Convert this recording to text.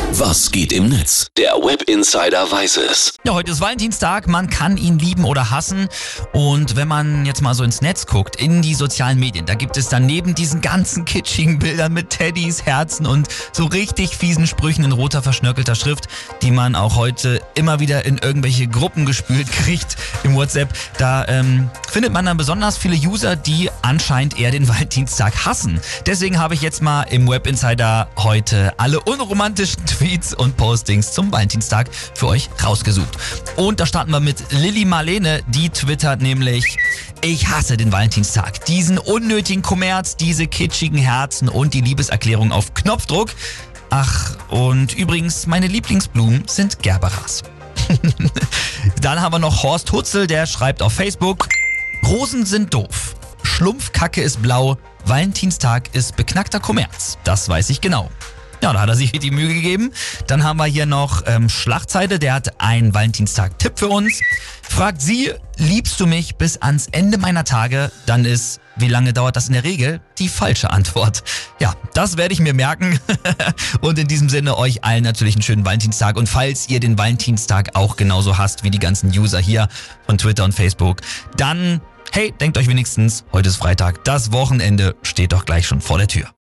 Was geht im Netz? Der Web Insider weiß es. Ja, heute ist Valentinstag, man kann ihn lieben oder hassen. Und wenn man jetzt mal so ins Netz guckt, in die sozialen Medien, da gibt es dann neben diesen ganzen kitschigen Bildern mit Teddys, Herzen und so richtig fiesen Sprüchen in roter, verschnörkelter Schrift, die man auch heute immer wieder in irgendwelche Gruppen gespült kriegt im WhatsApp, da findet man dann besonders viele User, die anscheinend eher den Valentinstag hassen. Deswegen habe ich jetzt mal im Web Insider heute alle unromantischen Tweets und Postings zum Valentinstag für euch rausgesucht. Und da starten wir mit Lilly Marlene, die twittert nämlich: Ich hasse den Valentinstag. Diesen unnötigen Kommerz, diese kitschigen Herzen und die Liebeserklärung auf Knopfdruck. Ach, und übrigens, meine Lieblingsblumen sind Gerberas. Dann haben wir noch Horst Hutzel, der schreibt auf Facebook: Rosen sind doof, Schlumpfkacke ist blau, Valentinstag ist beknackter Kommerz. Das weiß ich genau. Ja, da hat er sich die Mühe gegeben. Dann haben wir hier noch Schlagzeile, der hat einen Valentinstag-Tipp für uns. Fragt sie: Liebst du mich bis ans Ende meiner Tage? Dann ist: Wie lange dauert das in der Regel? Die falsche Antwort. Ja, das werde ich mir merken. Und in diesem Sinne euch allen natürlich einen schönen Valentinstag. Und falls ihr den Valentinstag auch genauso hasst wie die ganzen User hier von Twitter und Facebook, dann, hey, denkt euch wenigstens, heute ist Freitag, das Wochenende steht doch gleich schon vor der Tür.